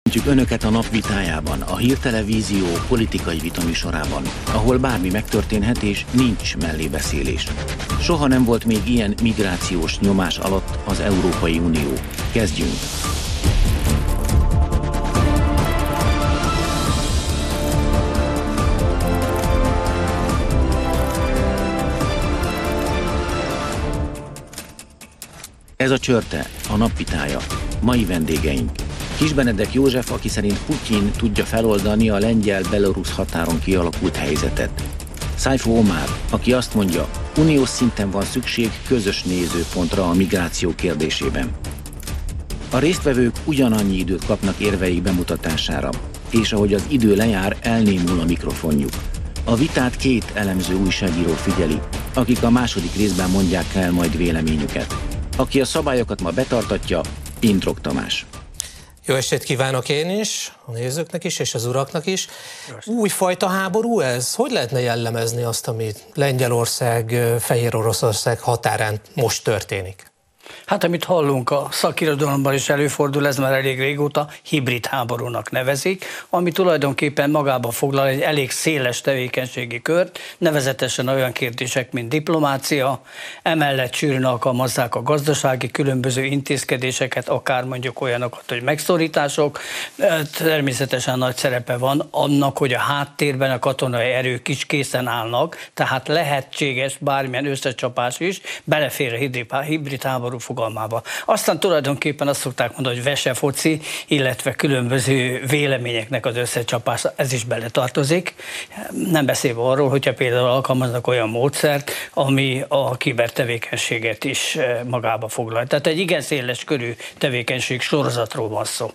Köszöntjük Önöket a nap vitájában, a Hírtelevízió politikai vitaműsorában, ahol bármi megtörténhet és nincs mellébeszélés. Soha nem volt még ilyen migrációs nyomás alatt az Európai Unió. Kezdjünk! Ez a Csörte, a nap vitája. Mai vendégeink: Kiss Benedek József, aki szerint Putyin tudja feloldani a lengyel-belorusz határon kialakult helyzetet. Szájfó Omár, aki azt mondja, uniós szinten van szükség közös nézőpontra a migráció kérdésében. A résztvevők ugyanannyi időt kapnak érveik bemutatására, és ahogy az idő lejár, elnémul a mikrofonjuk. A vitát két elemző újságíró figyeli, akik a második részben mondják el majd véleményüket. Aki a szabályokat ma betartatja, Pintrok Tamás. Jó estét kívánok én is, a nézőknek is, és az uraknak is. Újfajta háború ez? Hogy lehetne jellemezni azt, ami Lengyelország, Fehéroroszország határán most történik? Hát amit hallunk a szakirodalomban is előfordul, ez már elég régóta hibrid háborúnak nevezik, ami tulajdonképpen magába foglal egy elég széles tevékenységi kört, nevezetesen olyan kérdések, mint diplomácia, emellett sűrűn alkalmazzák a gazdasági különböző intézkedéseket, akár mondjuk olyanokat, hogy megszorítások. Természetesen nagy szerepe van annak, hogy a háttérben a katonai erők is készen állnak, tehát lehetséges bármilyen összecsapás is, belefér a hibrid háború fogalmába. Aztán tulajdonképpen azt szokták mondani, hogy vesefoci, illetve különböző véleményeknek az összecsapása, ez is beletartozik. Nem beszélve arról, hogyha például alkalmaznak olyan módszert, ami a kibertevékenységet is magába foglal. Tehát egy igen széles körű tevékenység sorozatról van szó.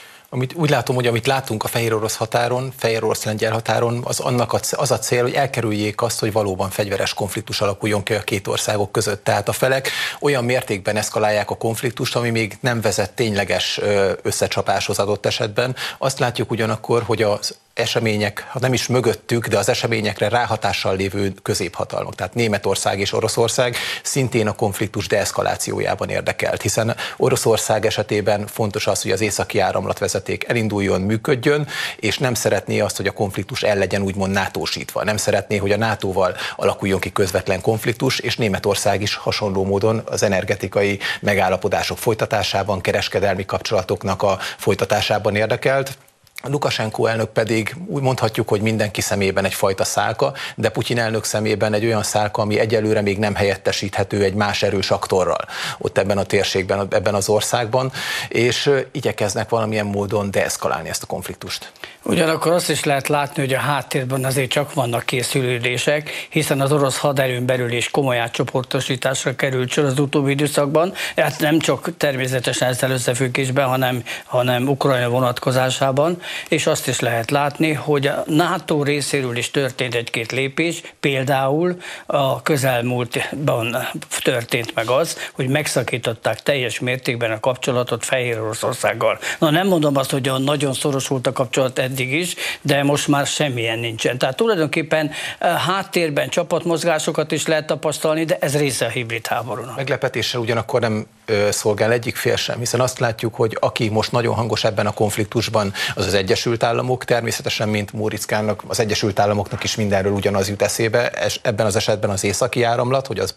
Úgy látom, hogy amit látunk a fehérorosz határon, fehérorosz-lengyel határon, az a cél, hogy elkerüljék azt, hogy valóban fegyveres konfliktus alakuljon ki a két országok között. Tehát a felek olyan mértékben eszkalálják a konfliktust, ami még nem vezet tényleges összecsapáshoz adott esetben. Azt látjuk ugyanakkor, hogy az események, ha nem is mögöttük, de az eseményekre ráhatással lévő középhatalmak, tehát Németország és Oroszország szintén a konfliktus deeszkalációjában érdekelt, hiszen Oroszország esetében fontos az, hogy az északi áramlatvezeték elinduljon, működjön, és nem szeretné azt, hogy a konfliktus el legyen úgymond nátósítva. Nem szeretné, hogy a NATO-val alakuljon ki közvetlen konfliktus, és Németország is hasonló módon az energetikai megállapodások folytatásában, kereskedelmi kapcsolatoknak a folytatásában érdekelt. Lukasenko elnök pedig úgy mondhatjuk, hogy mindenki szemében egyfajta szálka, de Putyin elnök szemében egy olyan szálka, ami egyelőre még nem helyettesíthető egy más erős aktorral ott ebben a térségben, ebben az országban, és igyekeznek valamilyen módon deeszkalálni ezt a konfliktust. Ugyanakkor azt is lehet látni, hogy a háttérben azért csak vannak készülődések, hiszen az orosz haderőn belül is komoly átcsoportosításra került sor az utóbbi időszakban, hát nem csak természetesen ezzel összefüggésben, hanem Ukrajna vonatkozásában, és azt is lehet látni, hogy a NATO részéről is történt egy-két lépés, például a közelmúltban történt meg az, hogy megszakították teljes mértékben a kapcsolatot Fehéroroszországgal. Na nem mondom azt, hogy nagyon szoros volt a kapcsolat eddig is, de most már semmilyen nincsen. Tehát tulajdonképpen háttérben csapatmozgásokat is lehet tapasztalni, de ez része a hibrid háborúnak. Meglepetéssel ugyanakkor nem szolgál egyik fél sem, hiszen azt látjuk, hogy aki most nagyon hangos ebben a konfliktusban, az Egyesült Államok, természetesen, mint Móriczkának, az Egyesült Államoknak is mindenről ugyanaz jut eszébe, ebben az esetben az északi áramlat, hogy az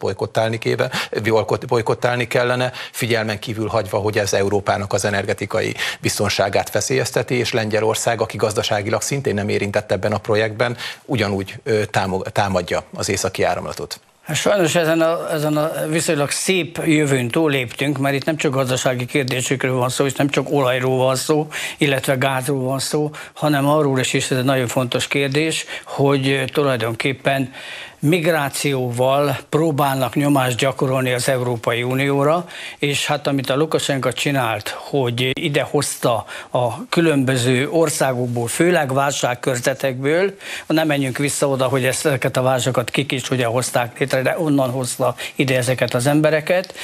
bojkottálni kellene, figyelmen kívül hagyva, hogy ez Európának az energetikai biztonságát veszélyezteti, és Lengyelország, aki gazdaságilag szintén nem érintett ebben a projektben, ugyanúgy támadja az északi áramlatot. Sajnos ezen a viszonylag szép jövőn túlléptünk, mert itt nem csak gazdasági kérdésekről van szó, és nem csak olajról van szó, illetve gázról van szó, hanem arról is, és ez egy nagyon fontos kérdés, hogy tulajdonképpen migrációval próbálnak nyomást gyakorolni az Európai Unióra, és hát amit a Lukasenko csinált, hogy ide hozta a különböző országokból, főleg válságkörzetekből, nem menjünk vissza oda, hogy ezeket a válságokat kik is ugye hozták létre, de onnan hozta ide ezeket az embereket.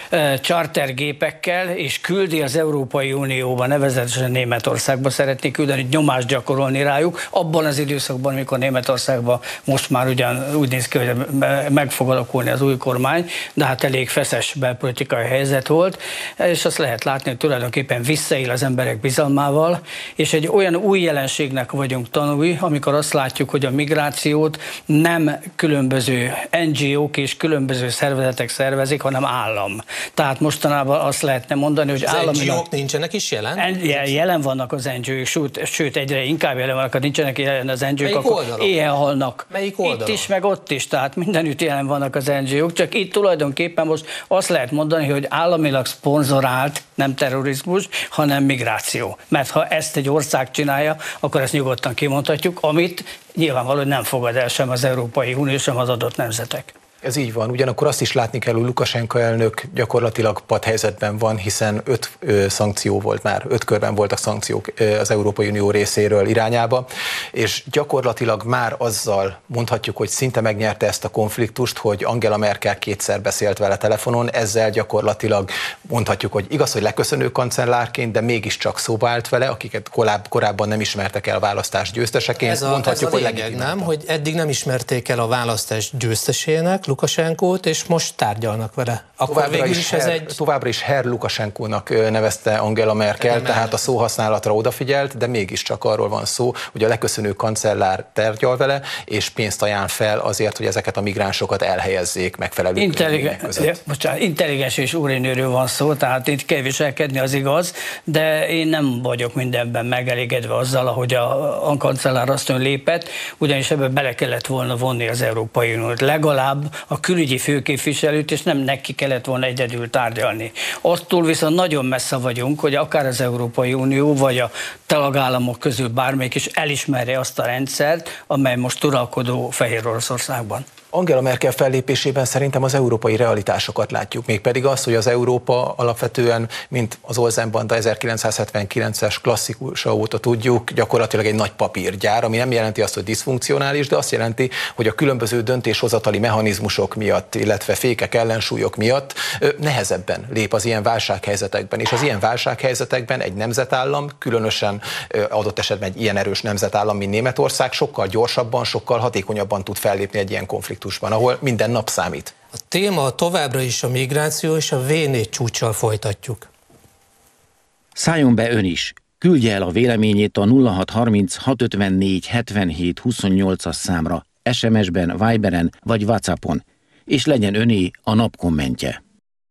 chartergépekkel, és küldi az Európai Unióba, nevezetesen Németországba szeretné küldeni, nyomást gyakorolni rájuk. Abban az időszakban, amikor Németországban most már ugyan úgy néz ki, hogy meg fog alakulni az új kormány, de hát elég feszes belpolitikai helyzet volt, és azt lehet látni, hogy tulajdonképpen visszaél az emberek bizalmával, és egy olyan új jelenségnek vagyunk tanulni, amikor azt látjuk, hogy a migrációt nem különböző NGO-k és különböző szervezetek szervezik, hanem állam. Tehát mostanában azt lehetne mondani, hogy állami... NGO-k nincsenek is jelen? Jelen vannak az NGO-k, sőt egyre inkább jelen vannak, ha nincsenek jelen az NGO-k, akkor éhen halnak. Melyik oldalon? Itt is, meg ott is, tehát mindenütt jelen vannak az NGO-k, csak itt tulajdonképpen most azt lehet mondani, hogy államilag szponzorált, nem terrorizmus, hanem migráció. Mert ha ezt egy ország csinálja, akkor ezt nyugodtan kimondhatjuk, amit nyilvánvalóan nem fogad el sem az Európai Unió, sem az adott nemzetek. Ez így van, ugyanakkor azt is látni kell, hogy Lukasenko elnök gyakorlatilag padhelyzetben van, hiszen 5 szankció volt már, 5 körben voltak szankciók az Európai Unió részéről irányába, és gyakorlatilag már azzal mondhatjuk, hogy szinte megnyerte ezt a konfliktust, hogy Angela Merkel 2-szer beszélt vele telefonon, ezzel gyakorlatilag mondhatjuk, hogy igaz, hogy leköszönő kancellárként, de mégiscsak szóba állt vele, akiket korábban nem ismertek el a választás győzteseként. Mondhatjuk, hogy lényeg, nem? Hogy eddig nem ismerték el a választás győztesének, Lukasenkót, és most tárgyalnak vele. Továbbra is Herr Lukasenkónak nevezte Angela Merkel, tehát a szóhasználatra odafigyelt, de mégiscsak arról van szó, hogy a leköszönő kancellár tárgyal vele, és pénzt ajánl fel azért, hogy ezeket a migránsokat elhelyezzék megfelelő körülmények között. Intelligens és úrinőről van szó, tehát itt kell viselkedni, az igaz, de én nem vagyok mindenben megelégedve azzal, ahogy a kancellár azt lépett, ugyanis ebbe bele kellett volna vonni az Európai Uniót. Legalább a külügyi főképviselőt, és nem neki kellett volna egyedül tárgyalni. Attól viszont nagyon messze vagyunk, hogy akár az Európai Unió, vagy a tagállamok közül bármelyik is elismerje azt a rendszert, amely most uralkodó Fehéroroszországban. Angela Merkel fellépésében szerintem az európai realitásokat látjuk, mégpedig az, hogy az Európa alapvetően, mint az Olsen-banda 1979-es klasszikusa óta tudjuk, gyakorlatilag egy nagy papírgyár, ami nem jelenti azt, hogy diszfunkcionális, de azt jelenti, hogy a különböző döntéshozatali mechanizmusok miatt, illetve fékek, ellensúlyok miatt nehezebben lép az ilyen válsághelyzetekben. És az ilyen válsághelyzetekben egy nemzetállam, különösen adott esetben egy ilyen erős nemzetállam, mint Németország, sokkal gyorsabban, sokkal hatékonyabban tud fellépni egy ilyen konfliktusban, ahol minden nap számít. A téma továbbra is a migráció, és a V4 csúccsal folytatjuk. Szálljon be ön is. Küldje el a véleményét a 0630 654 77 28-as számra, SMS-ben, Viberen vagy WhatsAppon, és legyen öné a nap kommentje.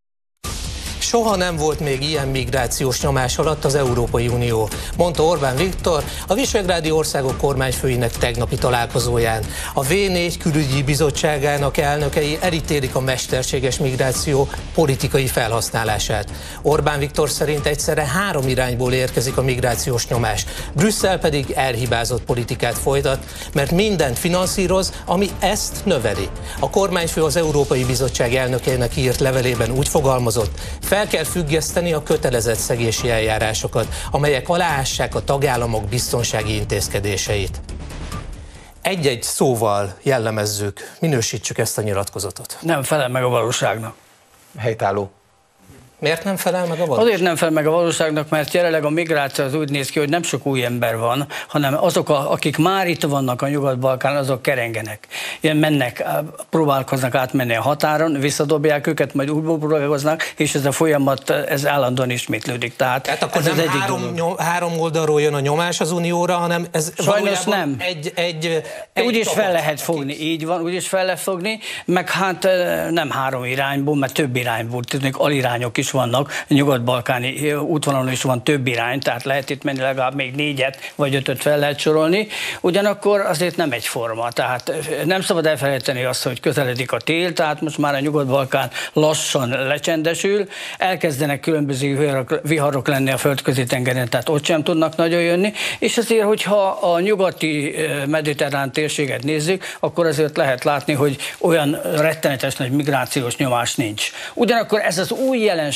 Soha nem volt még ilyen migrációs nyomás alatt az Európai Unió, mondta Orbán Viktor a Visegrádi országok kormányfőinek tegnapi találkozóján. A V4 külügyi bizottságának elnökei elítélik a mesterséges migráció politikai felhasználását. Orbán Viktor szerint egyszerre 3 irányból érkezik a migrációs nyomás. Brüsszel pedig elhibázott politikát folytat, mert mindent finanszíroz, ami ezt növeli. A kormányfő az Európai Bizottság elnökének írt levelében úgy fogalmazott: fel kell függeszteni a kötelezettszegési eljárásokat, amelyek aláássák a tagállamok biztonsági intézkedéseit. Egy-egy szóval jellemezzük, minősítsük ezt a nyilatkozatot. Nem felel meg a valóságnak. Helytálló. Miért nem felel meg a valóságnak? Azért nem felel meg a valóságnak, mert jelenleg a migráció az úgy néz ki, hogy nem sok új ember van, hanem azok, akik már itt vannak a Nyugat-Balkánon, azok kerengenek. Ilyen mennek, próbálkoznak átmenni a határon, visszadobják őket, majd újból próbálkoznak, és ez a folyamat, ez állandóan ismétlődik. Tehát akkor nem három oldalról jön a nyomás az Unióra, hanem ez sajnos nem. egy úgyis fel lehet fogni, így van, úgyis fel lehet fogni, meg hát nem 3 irányból, mert több irányból, tudnék, alirányok is vannak, a nyugat-balkáni útvonalon is van több irány, tehát lehet itt menni legalább még 4-et vagy 5-öt fel lehet sorolni, ugyanakkor azért nem egyforma, tehát nem szabad elfelejteni azt, hogy közeledik a tél, tehát most már a Nyugat-Balkán lassan lecsendesül, elkezdenek különböző viharok lenni a földközi tengeren, tehát ott sem tudnak nagyon jönni, és azért, hogyha a nyugati mediterrán térséget nézzük, akkor azért lehet látni, hogy olyan rettenetes nagy migrációs nyomás nincs. Ugyanakkor ez az új jelenség,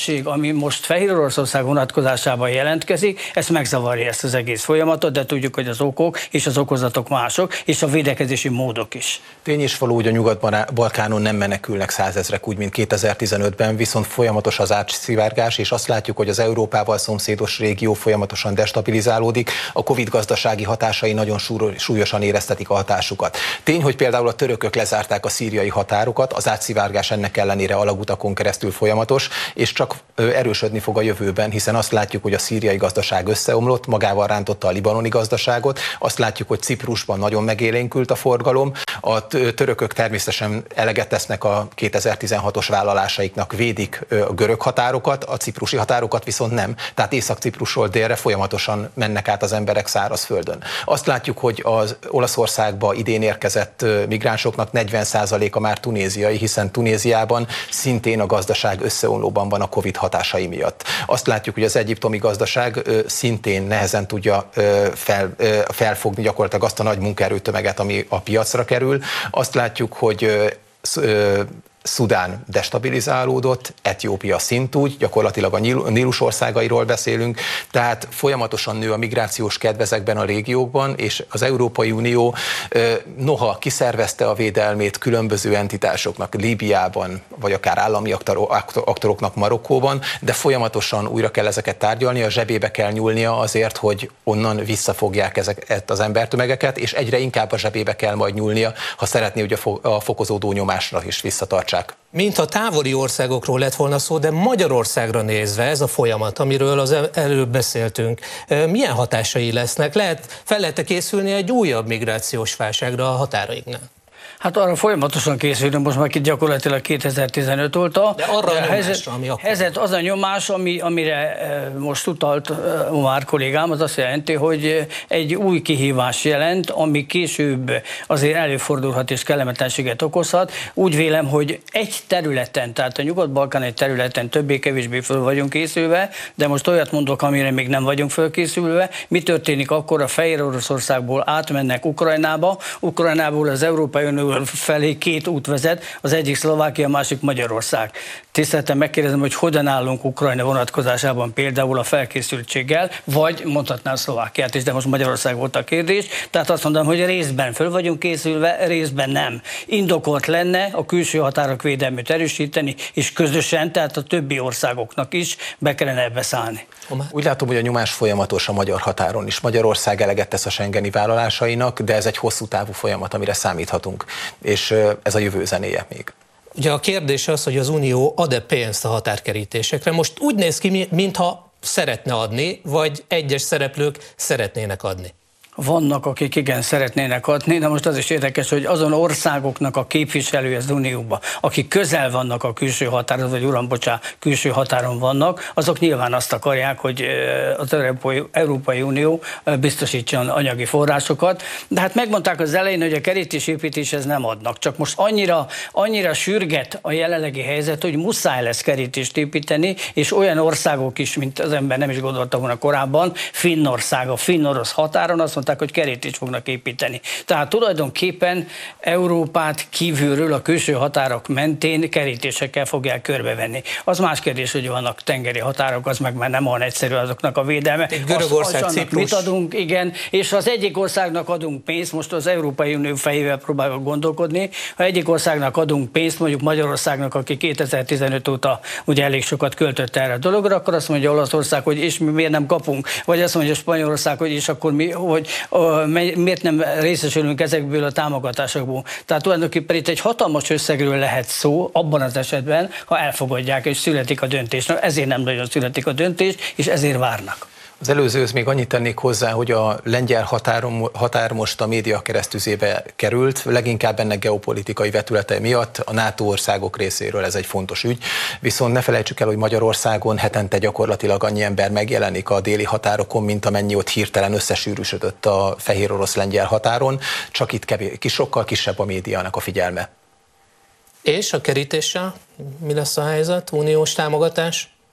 jelenség, ami most Fehéroroszország vonatkozásában jelentkezik, ez megzavarja ezt az egész folyamatot, de tudjuk, hogy az okok és az okozatok mások, és a védekezési módok is. Tény is való, hogy a Nyugat-Balkánon nem menekülnek százezrek úgy, mint 2015-ben, viszont folyamatos az átszivárgás, és azt látjuk, hogy az Európával szomszédos régió folyamatosan destabilizálódik, a Covid gazdasági hatásai nagyon súlyosan éreztetik a hatásukat. Tény, hogy például a törökök lezárták a szíriai határokat, az átszivárgás ennek ellenére alagutakon keresztül folyamatos, és csak erősödni fog a jövőben, hiszen azt látjuk, hogy a szíriai gazdaság összeomlott, magával rántotta a libanoni gazdaságot, azt látjuk, hogy Ciprusban nagyon megélénkült a forgalom, a törökök természetesen eleget tesznek a 2016-os vállalásaiknak, védik a görög határokat, a ciprusi határokat viszont nem, tehát Észak-Ciprusról délre folyamatosan mennek át az emberek szárazföldön. Azt látjuk, hogy az Olaszországba idén érkezett migránsoknak 40%-a már tunéziai, hiszen Tunéziában szintén a gazdaság összeomlóban van a Covid hatásai miatt. Azt látjuk, hogy az egyiptomi gazdaság szintén nehezen tudja felfogni gyakorlatilag azt a nagy munkaerőtömeget, ami a piacra kerül. Azt látjuk, hogy Szudán destabilizálódott, Etiópia szintúgy, gyakorlatilag a Nílus országairól beszélünk, tehát folyamatosan nő a migrációs kedv ezekben a régiókban, és az Európai Unió noha kiszervezte a védelmét különböző entitásoknak Líbiában, vagy akár állami aktoroknak Marokkóban, de folyamatosan újra kell ezeket tárgyalni, a zsebébe kell nyúlnia azért, hogy onnan visszafogják ezeket az embertömegeket, és egyre inkább a zsebébe kell majd nyúlnia, ha szeretné, hogy a fokozódó nyomásra is visszatartsák. Mintha távoli országokról lett volna szó, de Magyarországra nézve ez a folyamat, amiről az előbb beszéltünk, milyen hatásai lesznek? Fel lehet-e készülni egy újabb migrációs válságra a határainknál? Hát arra folyamatosan készülünk, most már gyakorlatilag 2015 óta. De arra a nyomásra, ami akkor... Helyzet az a nyomás, amire most utalt már kollégám, az azt jelenti, hogy egy új kihívás jelent, ami később azért előfordulhat és kellemetlenséget okozhat. Úgy vélem, hogy egy területen, tehát a Nyugat-Balkán egy területen többé-kevésbé föl vagyunk készülve, de most olyat mondok, amire még nem vagyunk fölkészülve. Mi történik akkor, a Fehéroroszországból átmennek Ukrajnába, Ukrajnából az Európai Unió felé két út vezet, az egyik Szlovákia, a másik Magyarország. Tisztelten megkérdezem, hogy hogyan állunk Ukrajna vonatkozásában például a felkészültséggel, vagy mondhatnám Szlovákiát is, de most Magyarország volt a kérdés. Tehát azt mondom, hogy részben föl vagyunk készülve, részben nem. Indokolt lenne a külső határok védelmét erősíteni, és közösen, tehát a többi országoknak is be kellene ebbe szállni. Úgy látom, hogy a nyomás folyamatos a magyar határon is. Magyarország eleget tesz a schengeni vállalásainak, de ez egy hosszú távú folyamat, amire számíthatunk. És ez a jövő zenéje még. Ugye a kérdés az, hogy az Unió ad-e pénzt a határkerítésekre. Most úgy néz ki, mintha szeretne adni, vagy egyes szereplők szeretnének adni. Vannak, akik igen szeretnének adni, de most az is érdekes, hogy azon országoknak a képviselői az Unióban, akik közel vannak a külső határon, vagy külső határon vannak, azok nyilván azt akarják, hogy az Európai Unió biztosítson anyagi forrásokat. De hát megmondták az elején, hogy a kerítésépítéshez nem adnak. Csak most annyira sürget a jelenlegi helyzet, hogy muszáj lesz kerítést építeni, és olyan országok is, mint az ember nem is gondolta volna korábban, Finnország, a finn-orosz határon azt mondták, hogy kerítést fognak építeni. Tehát tulajdonképpen Európát kívülről a külső határok mentén kerítésekkel fogják körbevenni. Az más kérdés, hogy vannak tengeri határok, az meg már nem olyan egyszerű azoknak a védelme. Görögország, Ciprus. Mit adunk, igen, és az egyik országnak adunk pénzt, most az Európai Unió fejével próbálok gondolkodni, ha egyik országnak adunk pénzt, mondjuk Magyarországnak, aki 2015 óta ugye elég sokat költött erre a dologra, akkor azt mondja Olaszország, hogy és mi miért nem kapunk, vagy azt mondja Spanyolország, hogy és akkor mi, hogy miért nem részesülünk ezekből a támogatásokból. Tehát tulajdonképpen itt egy hatalmas összegről lehet szó abban az esetben, ha elfogadják és születik a döntés. Na, ezért nem nagyon születik a döntés, és ezért várnak. Az előzőhöz még annyit tennék hozzá, hogy a lengyel határ most a média keresztüzébe került, leginkább ennek geopolitikai vetülete miatt, a NATO országok részéről ez egy fontos ügy, viszont ne felejtsük el, hogy Magyarországon hetente gyakorlatilag annyi ember megjelenik a déli határokon, mint amennyi ott hirtelen összesűrűsödött a fehér-orosz-lengyel határon, csak itt sokkal kisebb a médiának a figyelme. És a kerítéssel mi lesz a helyzet? Uniós támogatás?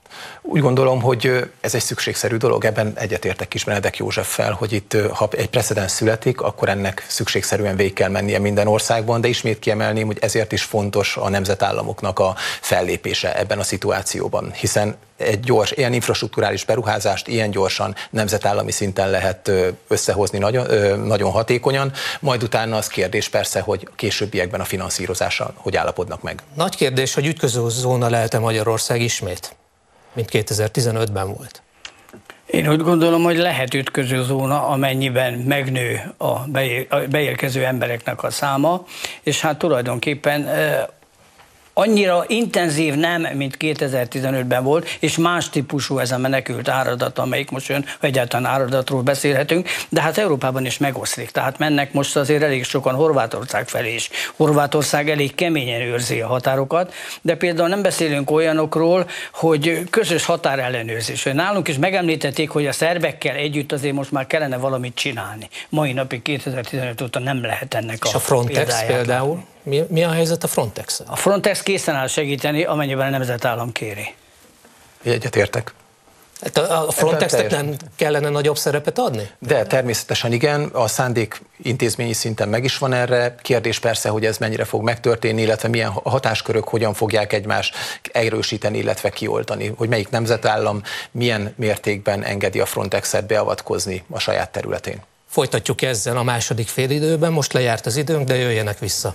Úgy gondolom, hogy ez egy szükségszerű dolog, ebben egyetértek Kiss-Benedek Józseffel, hogy itt, ha egy precedens születik, akkor ennek szükségszerűen végig kell mennie minden országban, de ismét kiemelném, hogy ezért is fontos a nemzetállamoknak a fellépése ebben a szituációban, hiszen egy gyors, ilyen infrastrukturális beruházást ilyen gyorsan nemzetállami szinten lehet összehozni nagyon hatékonyan, majd utána az kérdés persze, hogy a későbbiekben a finanszírozással hogy állapodnak meg. Nagy kérdés, hogy ütközőzóna lehet-e Magyarország ismét, mint 2015-ben volt? Én úgy gondolom, hogy lehet ütközőzóna, amennyiben megnő a beérkező embereknek a száma, és hát tulajdonképpen annyira intenzív nem, mint 2015-ben volt, és más típusú ez a menekült áradat, amelyik most jön, ha egyáltalán áradatról beszélhetünk, de hát Európában is megoszlik. Tehát mennek most azért elég sokan Horvátország felé is. Horvátország elég keményen őrzi a határokat, de például nem beszélünk olyanokról, hogy közös határellenőrzés. Nálunk is megemlítették, hogy a szerbekkel együtt azért most már kellene valamit csinálni. Mai napig 2015 óta nem lehet ennek és a Frontex például? Mi a helyzet a Frontex-el? A Frontex készen áll segíteni, amennyiben a nemzetállam kéri. Egyetértek. A Frontexnek nem kellene nagyobb szerepet adni? De természetesen igen, a szándék intézményi szinten meg is van erre. Kérdés persze, hogy ez mennyire fog megtörténni, illetve milyen hatáskörök hogyan fogják egymást erősíteni, illetve kioltani, hogy melyik nemzetállam milyen mértékben engedi a Frontexet beavatkozni a saját területén. Folytatjuk ezzel a második félidőben, most lejárt az időnk, de jöjjenek vissza.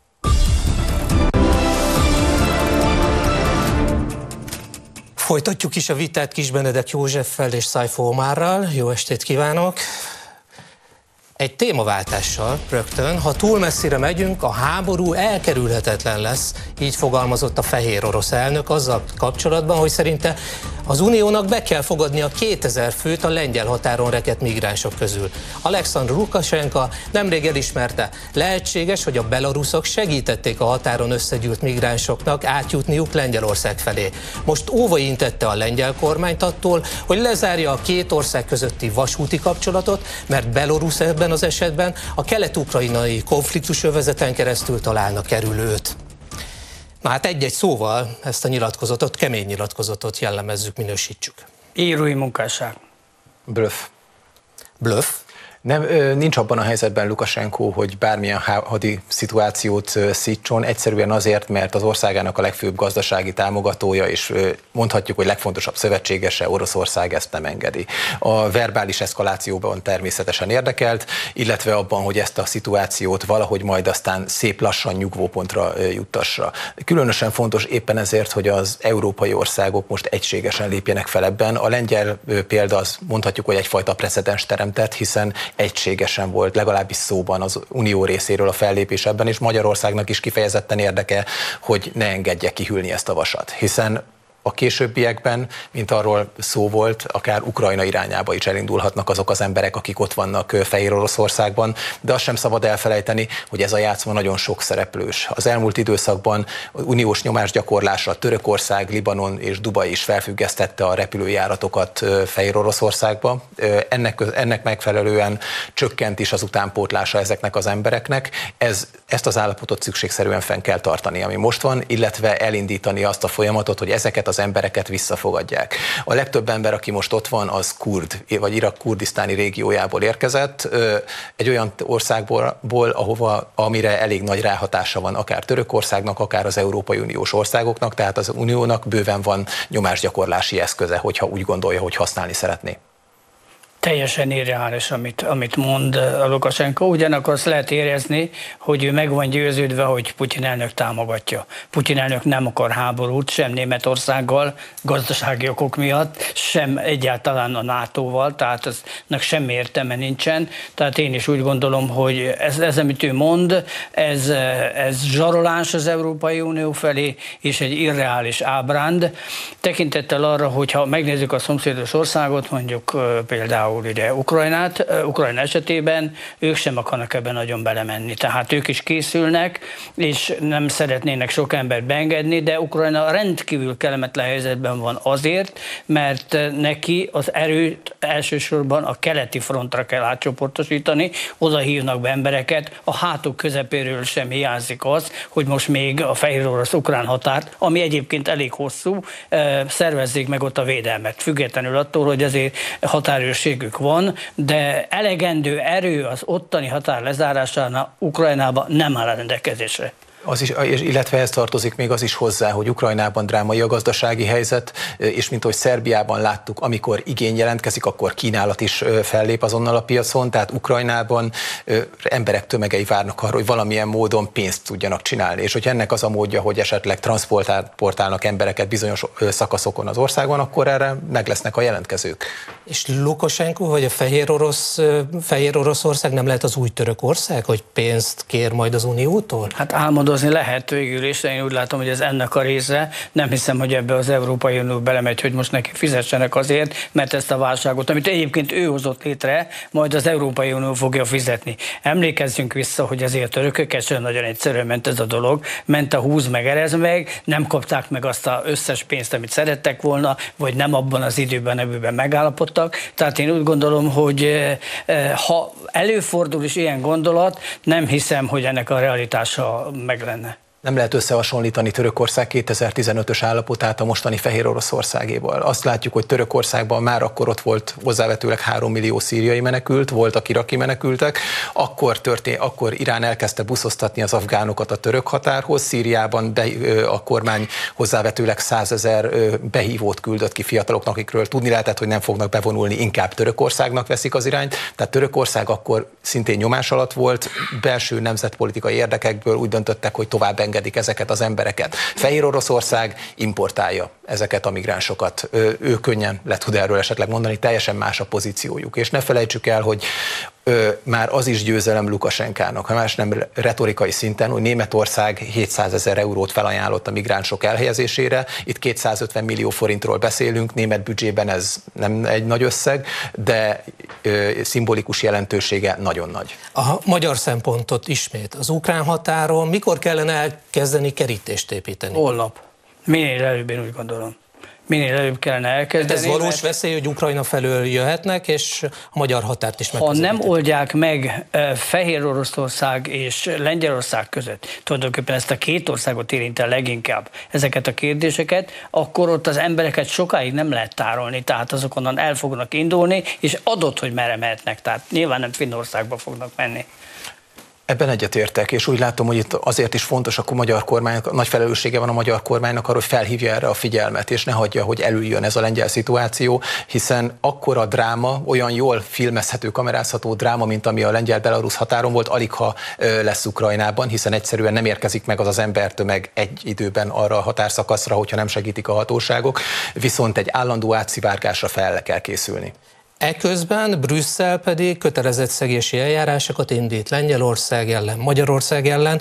Folytatjuk is a vitát Kiss-Benedek Józseffel és Szájfó Omárral. Jó estét kívánok! Egy témaváltással rögtön, ha túl messzire megyünk, a háború elkerülhetetlen lesz, így fogalmazott a fehér orosz elnök azzal kapcsolatban, hogy szerinte az Uniónak be kell fogadnia 2000 főt a lengyel határon rekedt migránsok közül. Alexandr Lukasenka nemrég elismerte, lehetséges, hogy a belaruszok segítették a határon összegyűlt migránsoknak átjutniuk Lengyelország felé. Most óvaintette a lengyel kormányt attól, hogy lezárja a két ország közötti vasúti kapcsolatot, mert Belarus ebben az esetben a kelet-ukrajnai konfliktusövezeten keresztül találna kerülőt. Na hát egy-egy szóval ezt a nyilatkozatot, kemény nyilatkozatot jellemezzük, minősítsük. Írói munkásság. Bluff. Bluff? Nem, nincs abban a helyzetben Lukasenko, hogy bármilyen hadi szituációt szítson, egyszerűen azért, mert az országának a legfőbb gazdasági támogatója, és mondhatjuk, hogy legfontosabb szövetségese, Oroszország ezt nem engedi. A verbális eszkalációban természetesen érdekelt, illetve abban, hogy ezt a szituációt valahogy majd aztán szép lassan nyugvópontra juttassa. Különösen fontos éppen ezért, hogy az európai országok most egységesen lépjenek fel ebben. A lengyel példa az mondhatjuk, hogy egyfajta precedens teremtett, hiszen egységesen volt legalábbis szóban az Unió részéről a fellépés ebben, és Magyarországnak is kifejezetten érdeke, hogy ne engedje kihűlni ezt a vasat, hiszen a későbbiekben, mint arról szó volt, akár Ukrajna irányába is elindulhatnak azok az emberek, akik ott vannak Fehér Oroszországban, de azt sem szabad elfelejteni, hogy ez a játszma nagyon sok szereplős. Az elmúlt időszakban uniós nyomásgyakorlásra Törökország, Libanon és Dubaj is felfüggesztette a repülőjáratokat Fehér Oroszországba. Ennek megfelelően csökkent is az utánpótlása ezeknek az embereknek. Ezt az állapotot szükségszerűen fenn kell tartani, ami most van, illetve elindítani azt a folyamatot, hogy ezeket az embereket visszafogadják. A legtöbb ember, aki most ott van, az kurd, vagy Irak kurdisztáni régiójából érkezett, egy olyan országból, amire elég nagy ráhatása van, akár Törökországnak, akár az Európai Uniós országoknak, tehát az Uniónak bőven van nyomásgyakorlási eszköze, hogyha úgy gondolja, hogy használni szeretné. Teljesen irreális, amit mond a Lukasenko, ugyanakkor azt lehet érezni, hogy ő meg van győződve, hogy Putyin elnök támogatja. Putyin elnök nem akar háborút, sem Németországgal, gazdasági okok miatt, sem egyáltalán a NATO-val, tehát eznek semmi értelme nincsen. Tehát én is úgy gondolom, hogy ez amit ő mond, ez zsarolás az Európai Unió felé, és egy irreális ábránd. Tekintettel arra, hogyha megnézzük a szomszédos országot, mondjuk például például ugye Ukrajna esetében ők sem akarnak ebben nagyon belemenni. Tehát ők is készülnek, és nem szeretnének sok embert beengedni, de Ukrajna rendkívül kellemetlen helyzetben van azért, mert neki az erőt elsősorban a keleti frontra kell átcsoportosítani, oda hívnak be embereket, a hátuk közepéről sem hiányzik az, hogy most még a fehér orosz-ukrán határt, ami egyébként elég hosszú, szervezzék meg ott a védelmet, függetlenül attól, hogy azért határőrségük van, de elegendő erő az ottani határ lezárásánál Ukrajnában nem áll a rendelkezésre. Az is, illetve ez tartozik még az is hozzá, hogy Ukrajnában drámai a gazdasági helyzet, és mint ahogy Szerbiában láttuk, amikor igény jelentkezik, akkor kínálat is fellép azonnal a piacon, tehát Ukrajnában emberek tömegei várnak arra, hogy valamilyen módon pénzt tudjanak csinálni, és hogy ennek az a módja, hogy esetleg transportálnak embereket bizonyos szakaszokon az országban, akkor erre meg lesznek a jelentkezők. És Lukasenko, vagy a Fehér Oroszország nem lehet az új Törökország, hogy pénzt kér majd az Uniótól? Hát álmodozni lehet végül is, én úgy látom, hogy ez ennek a része. Nem hiszem, hogy ebbe az Európai Unió belemegy, hogy most neki fizessenek azért, mert ezt a válságot, amit egyébként ő hozott létre, majd az Európai Unió fogja fizetni. Emlékezzünk vissza, hogy azért a törököket sem nagyon egyszerűen ment ez a dolog, ment a húz meg, erez meg, nem kapták meg azt az összes pénzt, amit szerettek volna, vagy nem abban az időben megállapodtak. Tehát én úgy gondolom, hogy ha előfordul is ilyen gondolat, nem hiszem, hogy ennek a realitása meg lenne. Nem lehet összehasonlítani Törökország 2015-ös állapotát a mostani Fehér Oroszországéval. Azt látjuk, hogy Törökországban már akkor ott volt hozzávetőleg 3 millió szíriai menekült, voltak iraki menekültek, akkor Irán elkezdte buszoztatni az afgánokat a török határhoz, Szíriában a kormány hozzávetőleg 100 000 behívót küldött ki fiataloknak, akikről tudni lehetett, hogy nem fognak bevonulni, inkább Törökországnak veszik az irányt. Tehát Törökország akkor szintén nyomás alatt volt, belső nemzetpolitikai érdekekből úgy döntöttek, hogy tovább engedik ezeket az embereket. Fehér Oroszország importálja ezeket a migránsokat. Ő könnyen le tud erről esetleg mondani, teljesen más a pozíciójuk. És ne felejtsük el, hogy már az is győzelem Lukasenkának, ha más nem retorikai szinten, hogy Németország 700 000 eurót felajánlott a migránsok elhelyezésére, itt 250 millió forintról beszélünk, német büdzsében ez nem egy nagy összeg, de szimbolikus jelentősége nagyon nagy. A magyar szempontot ismét, az ukrán határon mikor kellene elkezdeni kerítést építeni? Holnap. Minél előbb, én úgy gondolom. Minél előbb kellene elkezdeni. Ez valós veszély, hogy Ukrajna felől jöhetnek, és a magyar határt is megközelítik. Ha nem oldják meg Fehér Oroszország és Lengyelország között, tulajdonképpen ezt a két országot érint el leginkább ezeket a kérdéseket, akkor ott az embereket sokáig nem lehet tárolni, tehát azok onnan el fognak indulni, és adott, hogy merre mehetnek, tehát nyilván nem Finnországba fognak menni. Ebben egyetértek, és úgy látom, hogy itt azért is fontos a magyar kormánynak, nagy felelőssége van a magyar kormánynak arra, hogy felhívja erre a figyelmet, és ne hagyja, hogy elüljön ez a lengyel szituáció, hiszen akkora dráma, olyan jól filmezhető, kamerázható dráma, mint ami a lengyel-belarusz határon volt, aligha lesz Ukrajnában, hiszen egyszerűen nem érkezik meg az az embertömeg egy időben arra a határszakaszra, hogyha nem segítik a hatóságok, viszont egy állandó átszivárgásra fel kell készülni. Eközben Brüsszel pedig kötelezettszegési eljárásokat indít Lengyelország ellen, Magyarország ellen,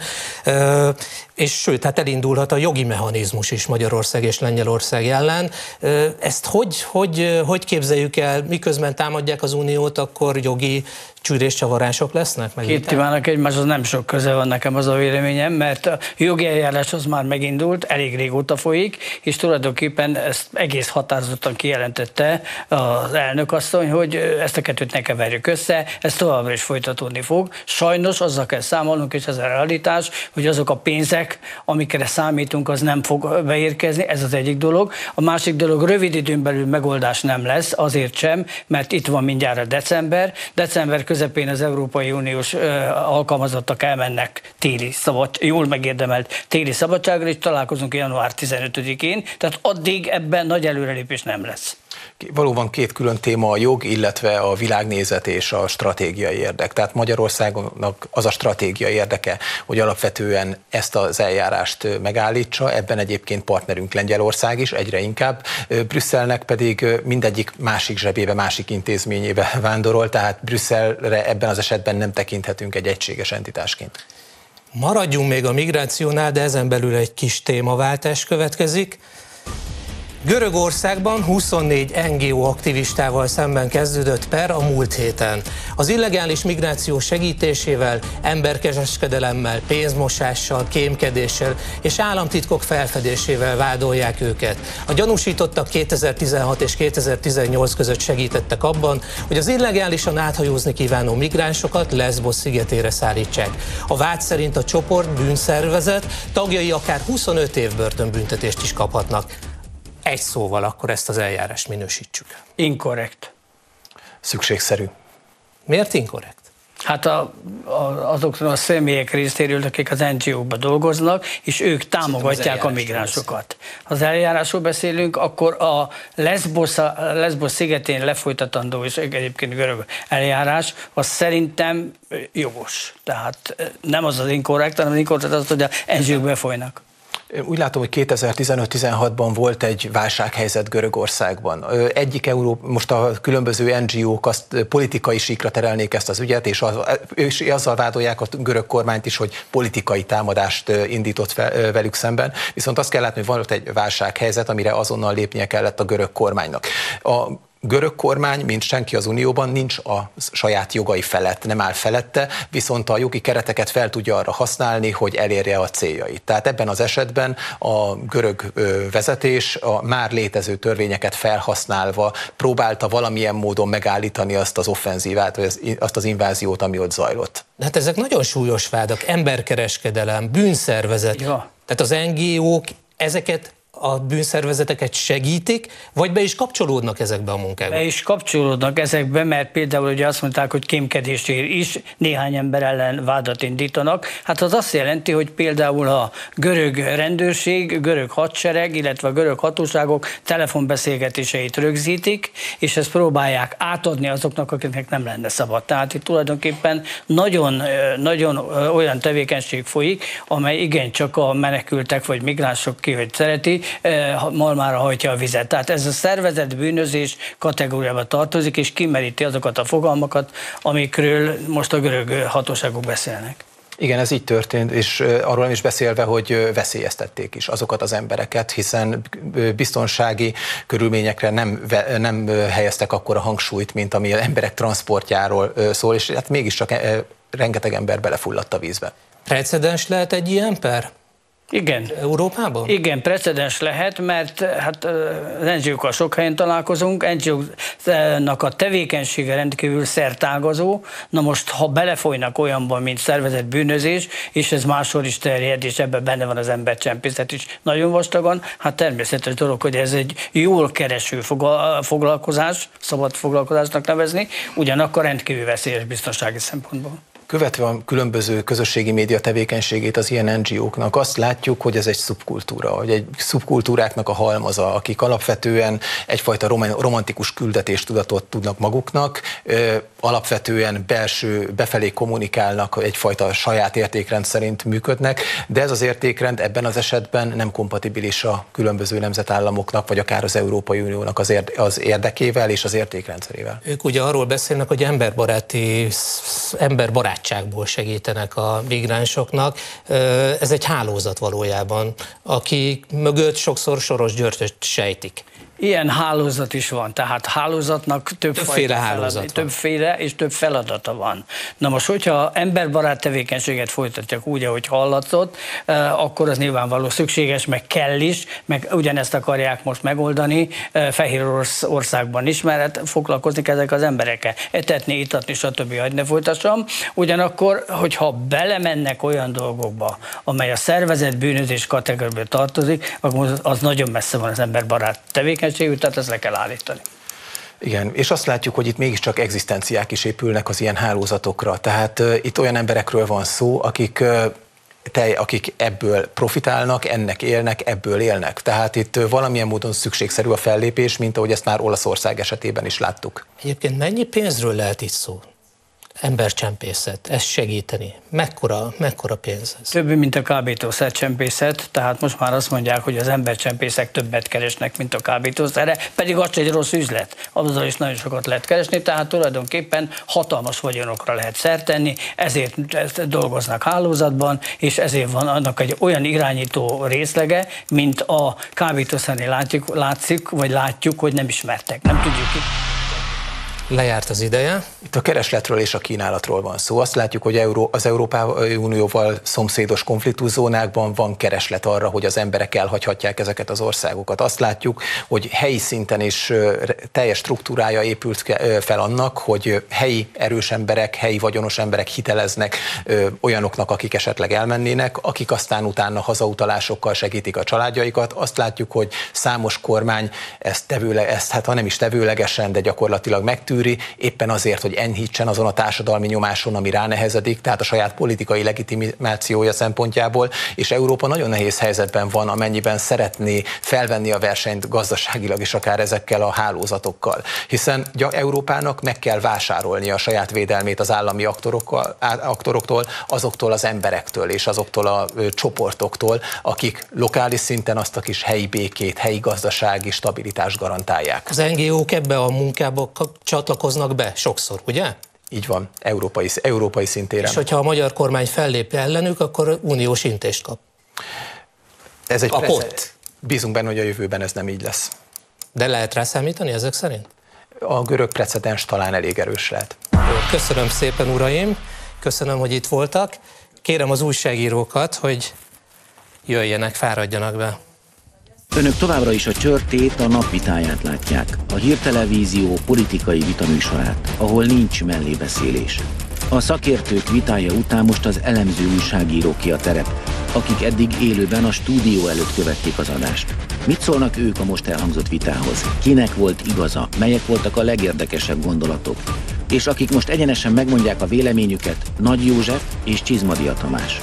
és sőt, hát elindulhat a jogi mechanizmus is Magyarország és Lengyelország ellen. Ezt hogy képzeljük el, miközben támadják az Uniót, akkor jogi csűréscsavarások lesznek? Két Ivának egymáshoz nem sok köze van, nekem az a véleményem, mert a jogi eljárás az már megindult, elég régóta folyik, és tulajdonképpen ezt egész határozottan kijelentette az elnökasszony, hogy ezt a kettőt ne keverjük össze, ez továbbra is folytatódni fog. Sajnos azzal kell számolnunk, és ez a realitás, hogy azok a pénzek, amikre számítunk, az nem fog beérkezni, ez az egyik dolog. A másik dolog, rövid időn belül megoldás nem lesz, azért sem, mert itt van mindjárt a december közepén az Európai Uniós alkalmazottak elmennek jól megérdemelt téli szabadságra, és találkozunk január 15-én, tehát addig ebben nagy előrelépés nem lesz. Valóban két külön téma, a jog, illetve a világnézet és a stratégiai érdek. Tehát Magyarországnak az a stratégiai érdeke, hogy alapvetően ezt az eljárást megállítsa, ebben egyébként partnerünk Lengyelország is egyre inkább, Brüsszelnek pedig mindegyik másik zsebébe, másik intézményébe vándorol, tehát Brüsszelre ebben az esetben nem tekinthetünk egy egységes entitásként. Maradjunk még a migrációnál, de ezen belül egy kis témaváltás következik. Görögországban 24 NGO aktivistával szemben kezdődött per a múlt héten. Az illegális migráció segítésével, emberkereskedelemmel, pénzmosással, kémkedéssel és államtitkok felfedésével vádolják őket. A gyanúsítottak 2016 és 2018 között segítettek abban, hogy az illegálisan áthajózni kívánó migránsokat Lesbos szigetére szállítsák. A vád szerint a csoport bűnszervezet, tagjai akár 25 év börtönbüntetést is kaphatnak. Egy szóval akkor ezt az eljárást minősítsük. Inkorrekt. Szükségszerű. Miért inkorrekt? Hát azokról a személyek részéről, akik az NGO-ban dolgoznak, és ők támogatják a migránsokat. Ha az eljárásról beszélünk, akkor a Lesbos szigetén lefolytatandó, és egyébként görög eljárás, az szerintem jogos. Tehát nem az az inkorrekt, hanem az inkorrekt az, hogy a NGO-k befolynak. Úgy látom, hogy 2015-16-ban volt egy válsághelyzet Görögországban. Most a különböző NGO-k azt politikai síkra terelnék ezt az ügyet, és azzal vádolják a görög kormányt is, hogy politikai támadást indított velük szemben. Viszont azt kell látni, hogy volt egy válsághelyzet, amire azonnal lépnie kellett a görög kormánynak. A görög kormány, mint senki az Unióban, nincs a saját jogai felett, nem áll felette, viszont a jogi kereteket fel tudja arra használni, hogy elérje a céljait. Tehát ebben az esetben a görög vezetés a már létező törvényeket felhasználva próbálta valamilyen módon megállítani azt az offenzívát, vagy azt az inváziót, ami ott zajlott. Hát ezek nagyon súlyos vádak, emberkereskedelem, bűnszervezet. Ja. Tehát az NGO-k ezeket a bűnszervezeteket segítik, vagy be is kapcsolódnak ezekbe a munkákba? Be is kapcsolódnak ezekbe, mert például ugye azt mondták, hogy kémkedésért is néhány ember ellen vádat indítanak. Hát az azt jelenti, hogy például a görög rendőrség, görög hadsereg, illetve a görög hatóságok telefonbeszélgetéseit rögzítik, és ezt próbálják átadni azoknak, akiknek nem lenne szabad. Tehát itt tulajdonképpen nagyon olyan tevékenység folyik, amely igencsak a menekültek vagy migránsok ki, hogy szereti, malmára hajtja a vizet. Tehát ez a szervezett bűnözés kategóriába tartozik, és kimeríti azokat a fogalmakat, amikről most a görög hatóságok beszélnek. Igen, ez így történt, és arról nem is beszélve, hogy veszélyeztették is azokat az embereket, hiszen biztonsági körülményekre nem helyeztek akkora hangsúlyt, mint ami az emberek transportjáról szól, és hát mégiscsak rengeteg ember belefulladt a vízbe. Precedens lehet egy ilyen per? Igen. Európában? Igen, precedens lehet, mert hát az NGO-kkal sok helyen találkozunk, NGO-nak a tevékenysége rendkívül szertágazó. Na most, ha belefolynak olyanban, mint szervezett bűnözés, és ez máshol is terjed, és ebben benne van az embercsempészet is nagyon vastagan, hát természetes dolog, hogy ez egy jól kereső foglalkozás, szabad foglalkozásnak nevezni, ugyanakkor rendkívül veszélyes biztonsági szempontból. Követve a különböző közösségi média tevékenységét az ilyen NGO-knak, azt látjuk, hogy ez egy szubkultúra, hogy egy szubkultúráknak a halmaza, akik alapvetően egyfajta romantikus küldetéstudatot tudnak maguknak, alapvetően befelé kommunikálnak, egyfajta saját értékrend szerint működnek, de ez az értékrend ebben az esetben nem kompatibilis a különböző nemzetállamoknak, vagy akár az Európai Uniónak az érdekével és az értékrendszerével. Ők ugye arról beszélnek, hogy emberbarátságból segítenek a migránsoknak. Ez egy hálózat valójában, aki mögött sokszor Soros Györgyöt sejtik. Ilyen hálózat is van, tehát hálózatnak többféle és több feladata van. Na most, hogyha emberbarát tevékenységet folytatják úgy, ahogy hallatszott, akkor az nyilvánvaló szükséges, meg kell is, meg ugyanezt akarják most megoldani Fehéroroszországban is, mert foglalkozni ezek az emberekkel. Etetni, itatni, stb. Hagyj ne folytassam. Ugyanakkor, hogyha belemennek olyan dolgokba, amely a szervezett bűnözés kategóriába tartozik, akkor az nagyon messze van az emberbarát tevékenység, tehát ezt le kell állítani. Igen, és azt látjuk, hogy itt mégiscsak egzisztenciák is épülnek az ilyen hálózatokra. Tehát itt olyan emberekről van szó, akik ebből profitálnak, ennek élnek, ebből élnek. Tehát itt valamilyen módon szükségszerű a fellépés, mint ahogy ezt már Olaszország esetében is láttuk. Egyébként mennyi pénzről lehet itt szó? embercsempészet, ezt segíteni? Mekkora pénz ez? Több, mint a kábítószercsempészet, tehát most már azt mondják, hogy az embercsempészek többet keresnek, mint a kábítószerre, pedig az egy rossz üzlet, azzal is nagyon sokat lehet keresni, tehát tulajdonképpen hatalmas vagyonokra lehet szert tenni, ezért dolgoznak hálózatban, és ezért van annak egy olyan irányító részlege, mint a kábítószernél látjuk, hogy nem ismertek, nem tudjuk ki. Lejárt az ideje. Itt a keresletről és a kínálatról van szó. Azt látjuk, hogy az Európai Unióval szomszédos konfliktuszónákban van kereslet arra, hogy az emberek elhagyhatják ezeket az országokat. Azt látjuk, hogy helyi szinten is teljes struktúrája épült fel annak, hogy helyi erős emberek, helyi vagyonos emberek hiteleznek olyanoknak, akik esetleg elmennének, akik aztán utána hazautalásokkal segítik a családjaikat. Azt látjuk, hogy számos kormány ezt hát ha nem is tevőlegesen, de gyakorlatilag megtűri, éppen azért, hogy enyhítsen azon a társadalmi nyomáson, ami ránehezedik, tehát a saját politikai legitimációja szempontjából, és Európa nagyon nehéz helyzetben van, amennyiben szeretné felvenni a versenyt gazdaságilag is akár ezekkel a hálózatokkal. Hiszen Európának meg kell vásárolni a saját védelmét az állami aktoroktól, azoktól az emberektől és azoktól a csoportoktól, akik lokális szinten azt a kis helyi békét, helyi gazdasági stabilitást garantálják. Az NGO-k ebbe a munkába csatlakoznak be sokszor, ugye? Így van, európai szintéren. És hogyha a magyar kormány fellép ellenük, akkor uniós intést kap. Ez egy bízunk benne, hogy a jövőben ez nem így lesz. De lehet rá számítani ezek szerint? A görög precedens talán elég erős lehet. Köszönöm szépen, uraim, köszönöm, hogy itt voltak. Kérem az újságírókat, hogy jöjjenek, fáradjanak be. Önök továbbra is a Csörtét, a napvitáját látják, a hírtelevízió politikai vitaműsorát, ahol nincs mellébeszélés. A szakértők vitája után most az elemző újságíróké a terep, akik eddig élőben a stúdió előtt követték az adást. Mit szólnak ők a most elhangzott vitához? Kinek volt igaza? Melyek voltak a legérdekesebb gondolatok? És akik most egyenesen megmondják a véleményüket, Nagy József és Csizmadia Tamás.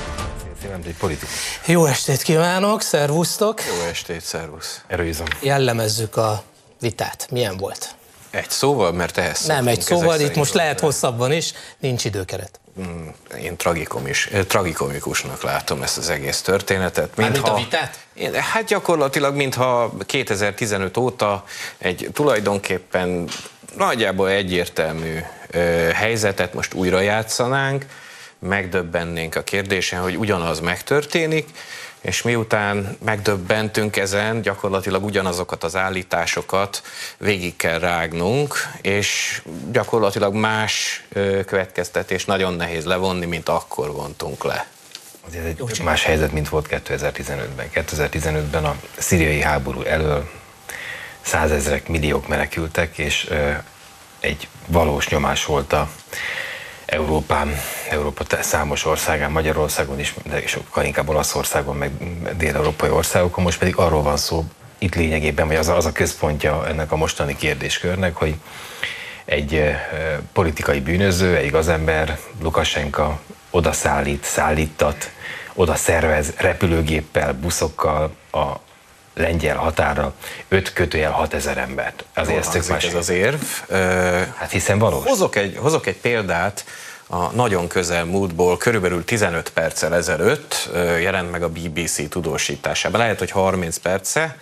Jó estét kívánok, szervusztok! Jó estét, szervusz. Erőizom. Jellemezzük a vitát. Milyen volt? Egy szóval, mert ehhez Nem egy szóval, itt most lehet hosszabban is, nincs időkeret. Én tragikomikusnak látom ezt az egész történetet. Mint a vitát? Hát gyakorlatilag, mintha 2015 óta egy tulajdonképpen nagyjából egyértelmű helyzetet most újra játszanánk, megdöbbennénk a kérdésen, hogy ugyanaz megtörténik, és miután megdöbbentünk ezen, gyakorlatilag ugyanazokat az állításokat végig kell rágnunk, és gyakorlatilag más következtetés nagyon nehéz levonni, mint akkor vontunk le. Ez egy más helyzet, mint volt 2015-ben. 2015-ben a szíriai háború elől 100 000, milliók menekültek, és egy valós nyomás volt a Európa számos országán, Magyarországon is, de sokkal inkább Olaszországon, meg dél-európai országokon. Most pedig arról van szó, itt lényegében, vagy az a központja ennek a mostani kérdéskörnek, hogy egy politikai bűnöző, egy gazember, Lukasenka szállítat, oda szervez repülőgéppel, buszokkal a lengyel határra 5-6 000 embert. Azért ez az érv. Hát hiszen valós. Hozok egy példát a nagyon közelmúltból, körülbelül 15 perccel ezelőtt jelent meg a BBC tudósításában. Lehet, hogy 30 perce.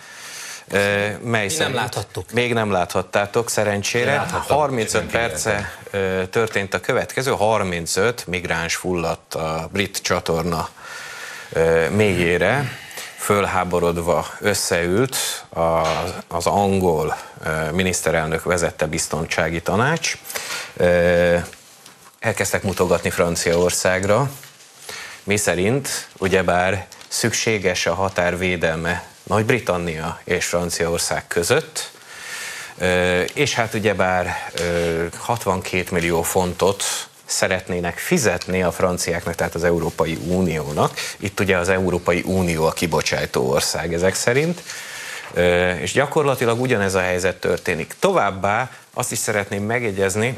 Mi nem láthattuk. Még nem láthattátok, szerencsére. 35 perce történt a következő. 35 migráns fulladt a brit csatorna mélyére. Fölháborodva összeült az angol miniszterelnök vezette biztonsági tanács. Elkezdtek mutogatni Franciaországra, miszerint ugyebár szükséges a határvédelme Nagy-Britannia és Franciaország között, és hát ugyebár 62 millió fontot szeretnének fizetni a franciáknak, tehát az Európai Uniónak. Itt ugye az Európai Unió a kibocsátó ország ezek szerint, és gyakorlatilag ugyanez a helyzet történik. Továbbá azt is szeretném megjegyezni,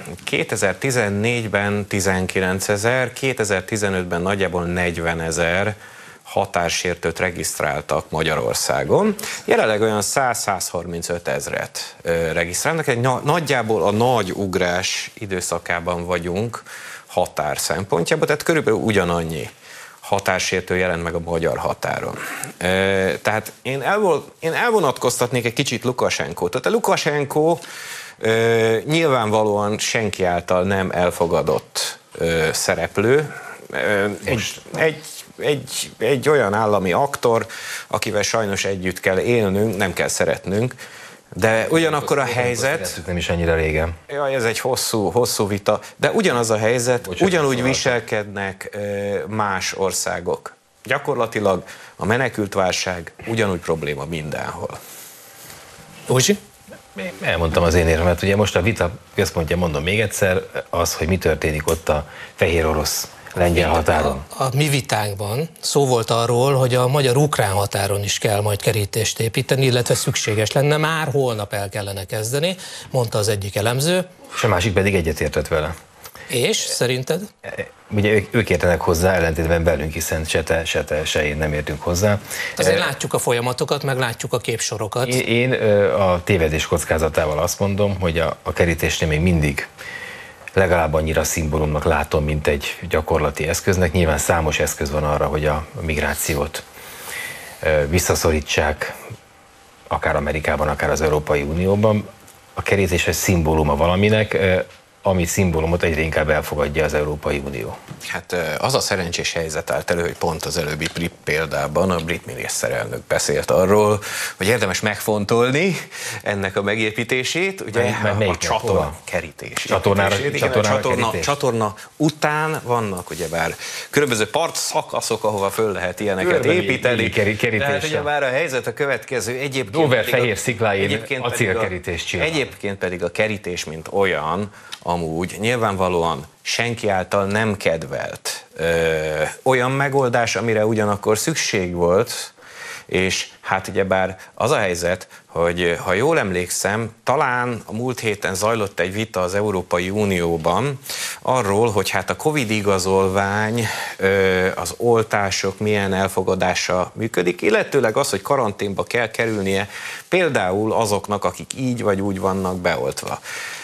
2014-ben 19 000, 2015-ben nagyjából 40 000 határsértőt regisztráltak Magyarországon. Jelenleg olyan 100-135 ezret regisztrálnak. Egy nagyjából a nagy ugrás időszakában vagyunk határ szempontjából, tehát körülbelül ugyanannyi határsértő jelent meg a magyar határon. Tehát én elvonatkoztatnék egy kicsit Lukasenkót. Tehát a Lukasenko nyilvánvalóan senki által nem elfogadott szereplő. Egy olyan állami aktor, akivel sajnos együtt kell élnünk, nem kell szeretnünk, de ugyanakkor a helyzet... Nem is annyira régen. Jaj, ez egy hosszú vita, de ugyanaz a helyzet, ugyanúgy viselkednek más országok. Gyakorlatilag a menekültválság ugyanúgy probléma mindenhol. Józsi? Elmondtam az én érvemet, ugye most a vita központja, mondom még egyszer, az, hogy mi történik ott a fehér orosz lengyel határon. A mi vitánkban szó volt arról, hogy a magyar-ukrán határon is kell majd kerítést építeni, illetve szükséges lenne, már holnap el kellene kezdeni, mondta az egyik elemző. És a másik pedig egyetértett vele. És szerinted? Ugye ők értenek hozzá, ellentétben velünk, hiszen se én nem értünk hozzá. Azért látjuk a folyamatokat, meg látjuk a képsorokat. Én a tévedés kockázatával azt mondom, hogy a kerítésnél még mindig legalább annyira szimbólumnak látom, mint egy gyakorlati eszköznek. Nyilván számos eszköz van arra, hogy a migrációt visszaszorítsák, akár Amerikában, akár az Európai Unióban. A kerítés egy szimbóluma valaminek, ami szimbólumot egyre inkább elfogadja az Európai Unió. Hát az a szerencsés helyzet állt elő, hogy pont az előbbi brit példában a brit miniszterelnök beszélt arról, hogy érdemes megfontolni ennek a megépítését, ugye a csatorna kerítés. Csatorna után vannak ugyebár különböző partszakaszok, ahova föl lehet ilyeneket építeni. Tehát ugyebár a helyzet a következő, egyébként pedig a kerítés, mint olyan, amúgy nyilvánvalóan senki által nem kedvelt olyan megoldás, amire ugyanakkor szükség volt, és hát ugyebár az a helyzet, hogy ha jól emlékszem, talán a múlt héten zajlott egy vita az Európai Unióban arról, hogy hát a Covid igazolvány, az oltások milyen elfogadása működik, illetőleg az, hogy karanténba kell kerülnie például azoknak, akik így vagy úgy vannak beoltva.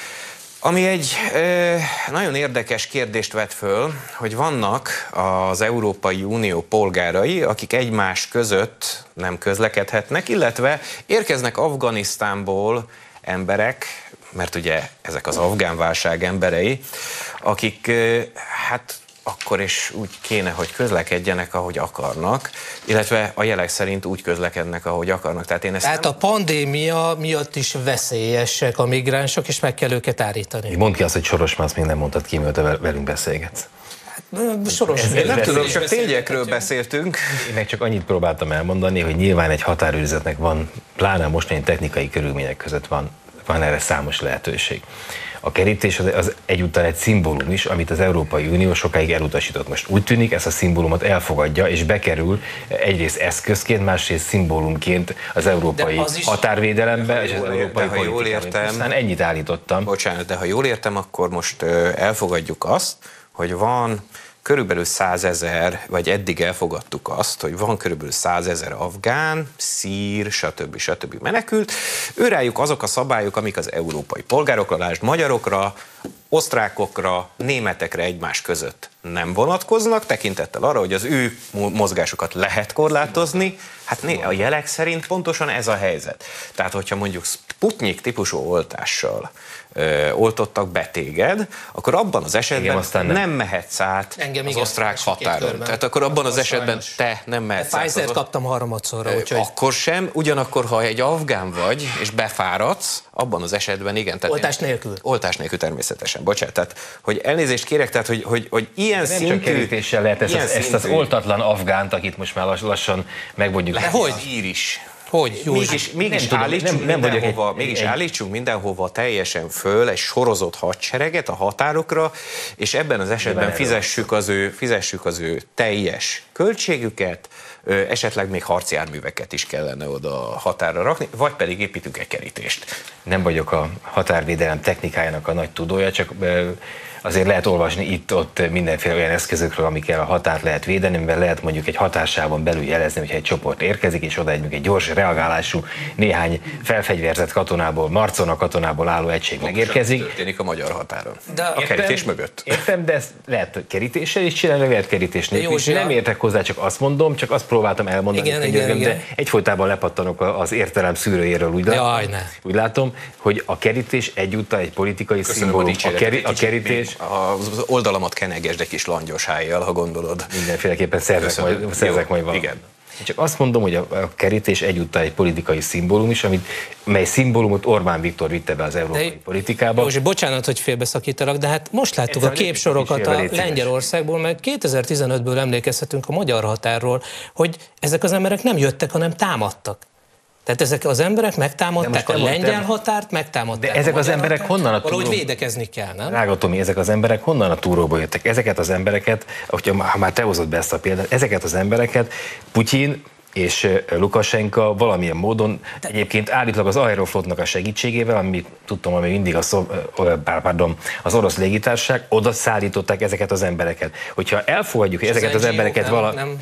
Ami egy nagyon érdekes kérdést vet föl, hogy vannak az Európai Unió polgárai, akik egymás között nem közlekedhetnek, illetve érkeznek Afganisztánból emberek, mert ugye ezek az afgán válság emberei, akik hát akkor is úgy kéne, hogy közlekedjenek, ahogy akarnak, illetve a jelek szerint úgy közlekednek, ahogy akarnak. Tehát a pandémia miatt is veszélyesek a migránsok, és meg kell őket állítani. Mondd ki azt, hogy Soros Mász még nem mondtad ki, mióta velünk beszélgetsz. Soros, nem tudom, csak tényekről beszéltünk. Én meg csak annyit próbáltam elmondani, hogy nyilván egy határőrizetnek van, pláne mostani technikai körülmények között van erre számos lehetőség. A kerítés az egyúttal egy szimbólum is, amit az Európai Unió sokáig elutasított. Most úgy tűnik, ezt a szimbólumot elfogadja, és bekerül egyrészt eszközként, másrészt szimbólumként az európai határvédelembe, és az európai politikában. Aztán ennyit állítottam. Bocsánat, de ha jól értem, akkor most elfogadjuk azt, hogy van körülbelül 100 000, vagy eddig elfogadtuk azt, hogy van körülbelül 100 000 afgán, szír, stb. Menekült. Őrájuk azok a szabályok, amik az európai polgárokra, lásd magyarokra, osztrákokra, németekre egymás között nem vonatkoznak, tekintettel arra, hogy az ő mozgásokat lehet korlátozni. Hát a jelek szerint pontosan ez a helyzet. Tehát, hogyha mondjuk Sputnik típusú oltással oltottak be téged, akkor abban az esetben nem mehetsz át az osztrák határon. Tehát akkor abban az esetben te nem mehetsz át. Pfizer-t kaptam harmadszorra. Akkor sem, ugyanakkor, ha egy afgán vagy, és befáradsz, abban az esetben igen. Tehát oltás nélkül? Oltás nélkül természetesen. Bocsánat, tehát, hogy elnézést kérek, tehát, hogy ilyen nem szintű... csak kerítéssel lehet ezt az oltatlan afgánt, akit most már lassan megmondjuk. Hogy? Ír is. Hogy? Mégis állítsunk mindenhova teljesen föl egy sorozott hadsereget a határokra, és ebben az esetben fizessük az ő teljes költségüket, esetleg még harcjárműveket is kellene oda a határra rakni, vagy pedig építünk egy kerítést. Nem vagyok a határvédelem technikájának a nagy tudója, csak azért lehet olvasni itt-ott mindenféle olyan eszközökről, amikkel a határt lehet védeni, mivel lehet mondjuk egy határsávon belül jelezni, hogyha egy csoport érkezik, és oda egy gyors reagálású néhány felfegyverzett katonából, marcona katonából álló egység megérkezik. Történik a magyar határon. De A kerítés mögött. Értem, de ezt lehet kerítéssel is csinálni, lehet kerítés nélkül. Nem értek hozzá, csak azt mondom, csak azt próbáltam elmondani, igen. de egyfolytában lepattanok az értelem szűrőjéről, úgy látom, hogy a kerítés egyúttal egy politikai szimbólum. A kerítés... Az oldalamat kenegesd egy kis langyos hájjal, ha gondolod. Mindenféleképpen szerzek majd valamit. Igen. Csak azt mondom, hogy a kerítés egyúttal egy politikai szimbólum is, mely szimbólumot Orbán Viktor vitte be az európai politikába. Józsi, bocsánat, hogy félbeszakítalak, de hát most láttuk a képsorokat a Lengyelországból, meg 2015-ből emlékezhetünk a magyar határról, hogy ezek az emberek nem jöttek, hanem támadtak. Tehát ezek az emberek megtámadták a lengyel határt, megtámadták. De ezek az emberek honnan a valahogy védekezni kell, nem? Drága Tomi, ezek az emberek honnan a túróból jöttek? Ezeket az embereket, ha már te hozod be ezt a példát, ezeket az embereket Putyin és Lukasenka valamilyen módon egyébként állítólag az Aeroflotnak a segítségével, amit tudtam, ami mindig az orosz légitársaság, oda szállították ezeket az embereket. Hogyha elfogadjuk, hogy ezeket az embereket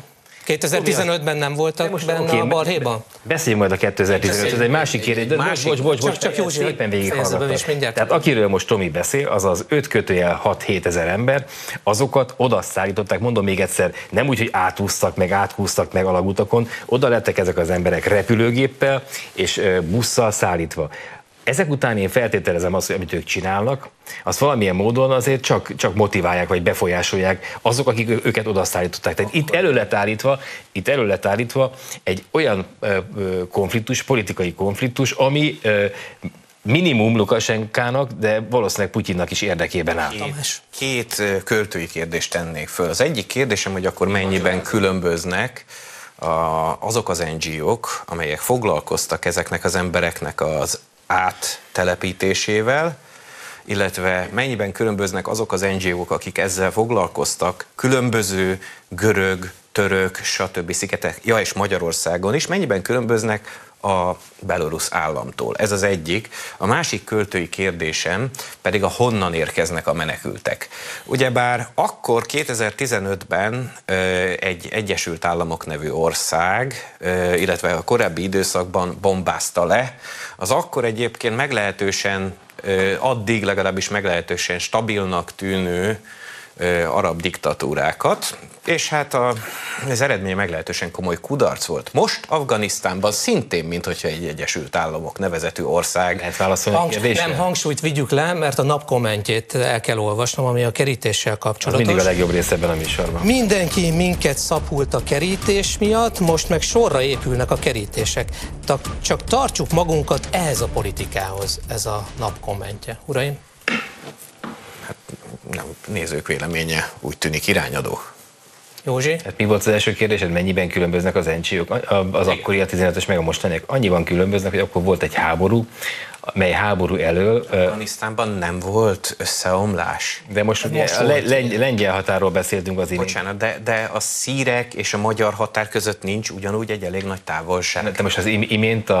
2015-ben nem voltak benne a balhéban? Beszéljünk majd a 2015, ez egy másik kérdés, de bocs, csak Józsi, szépen végighallgattam. Tehát akiről most Tomi beszél, az az 5-6-7 ezer ember, azokat oda szállították, mondom még egyszer, nem úgy, hogy áthúztak meg alagutakon, oda lettek ezek az emberek repülőgéppel és busszal szállítva. Ezek után én feltételezem azt, hogy amit ők csinálnak, azt valamilyen módon azért csak motiválják, vagy befolyásolják azok, akik őket odaszállították. Tehát itt elő lett állítva egy olyan konfliktus, politikai konfliktus, ami minimum Lukasenkának, de valószínűleg Putyinnak is érdekében áll. Két költői kérdést tennék föl. Az egyik kérdésem, hogy akkor mennyiben különböznek azok az NGO-k, amelyek foglalkoztak ezeknek az embereknek az áttelepítésével, illetve mennyiben különböznek azok az NGO-k, akik ezzel foglalkoztak, különböző görög, török, stb. Szigetek, és Magyarországon is, mennyiben különböznek a belorusz államtól. Ez az egyik. A másik költői kérdésem pedig a honnan érkeznek a menekültek. Ugyebár akkor 2015-ben egy Egyesült Államok nevű ország, illetve a korábbi időszakban bombázta le, az akkor egyébként meglehetősen, addig legalábbis meglehetősen stabilnak tűnő arab diktatúrákat, és hát az eredmény meglehetősen komoly kudarc volt. Most Afganisztánban szintén, minthogyha egy Egyesült Államok nevezetű ország. Lehet válaszolni a kérdésre? Nem, hangsúlyt vigyük le, mert a nap kommentjét el kell olvasnom, ami a kerítéssel kapcsolatos. Az mindig a legjobb rész ebben a műsorban. Mindenki minket szapult a kerítés miatt, most meg sorra épülnek a kerítések. Csak tartsuk magunkat ehhez a politikához, ez a nap kommentje. Uraim? Hát nem, nézők véleménye úgy tűnik irányadó. Józsi? Hát mi volt az első kérdésed, mennyiben különböznek az NGO-k? Az akkori, a 15-ös meg a mostaniak? Annyiban különböznek, hogy akkor volt egy háború, mely háború elől... Afganisztánban nem volt összeomlás. De most a lengyel határról beszéltünk az imént. Bocsánat, de a szírek és a magyar határ között nincs ugyanúgy egy elég nagy távolság. De most az imént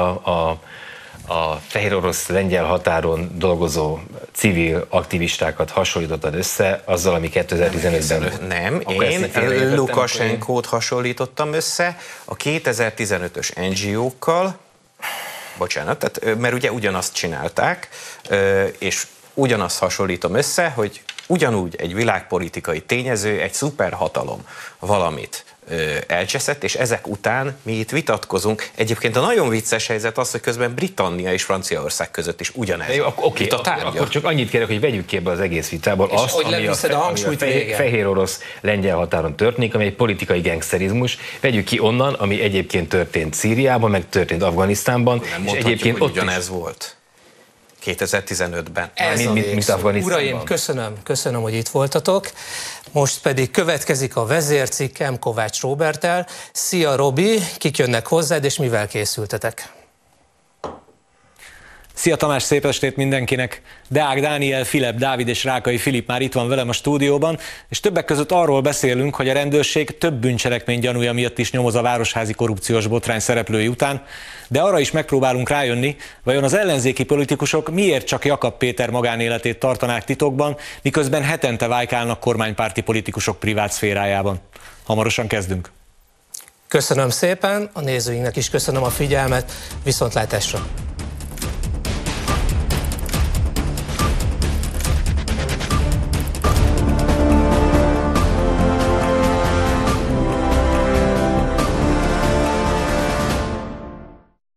a fehér orosz-lengyel határon dolgozó civil aktivistákat hasonlítottad össze azzal, ami 2015-ben... Nem, én Lukasenkót hasonlítottam össze a 2015-ös NGO-kkal, bocsánat, tehát, mert ugye ugyanazt csinálták, és ugyanazt hasonlítom össze, hogy ugyanúgy egy világpolitikai tényező, egy szuperhatalom valamit elcseszett, és ezek után mi itt vitatkozunk. Egyébként a nagyon vicces helyzet az, hogy közben Britannia és Franciaország között is ugyanez. Oké, akkor csak annyit kérek, hogy vegyük ki ebbe az egész vitából azt, ami a fehér orosz-lengyel határon történik, ami egy politikai gangsterizmus. Vegyük ki onnan, ami egyébként történt Szíriában, meg történt Afganisztánban. Nem és egyébként ott ugyanez volt. 2015-ben. Mint Uraim, köszönöm, hogy itt voltatok. Most pedig következik a vezércikkem Kovács Róberttel. Szia Robi, kik jönnek hozzád, és mivel készültetek? Szia Tamás, szép estét mindenkinek! Deák Dániel, Filip Dávid és Rákai Filip már itt van velem a stúdióban, és többek között arról beszélünk, hogy a rendőrség több bűncselekmény gyanúja miatt is nyomoz a városházi korrupciós botrány szereplői után, de arra is megpróbálunk rájönni, vajon az ellenzéki politikusok miért csak Jakab Péter magánéletét tartanák titokban, miközben hetente vájkálnak kormánypárti politikusok privát szférájában. Hamarosan kezdünk. Köszönöm szépen, a nézőinknek is köszönöm a figyelmet, viszontlátásra!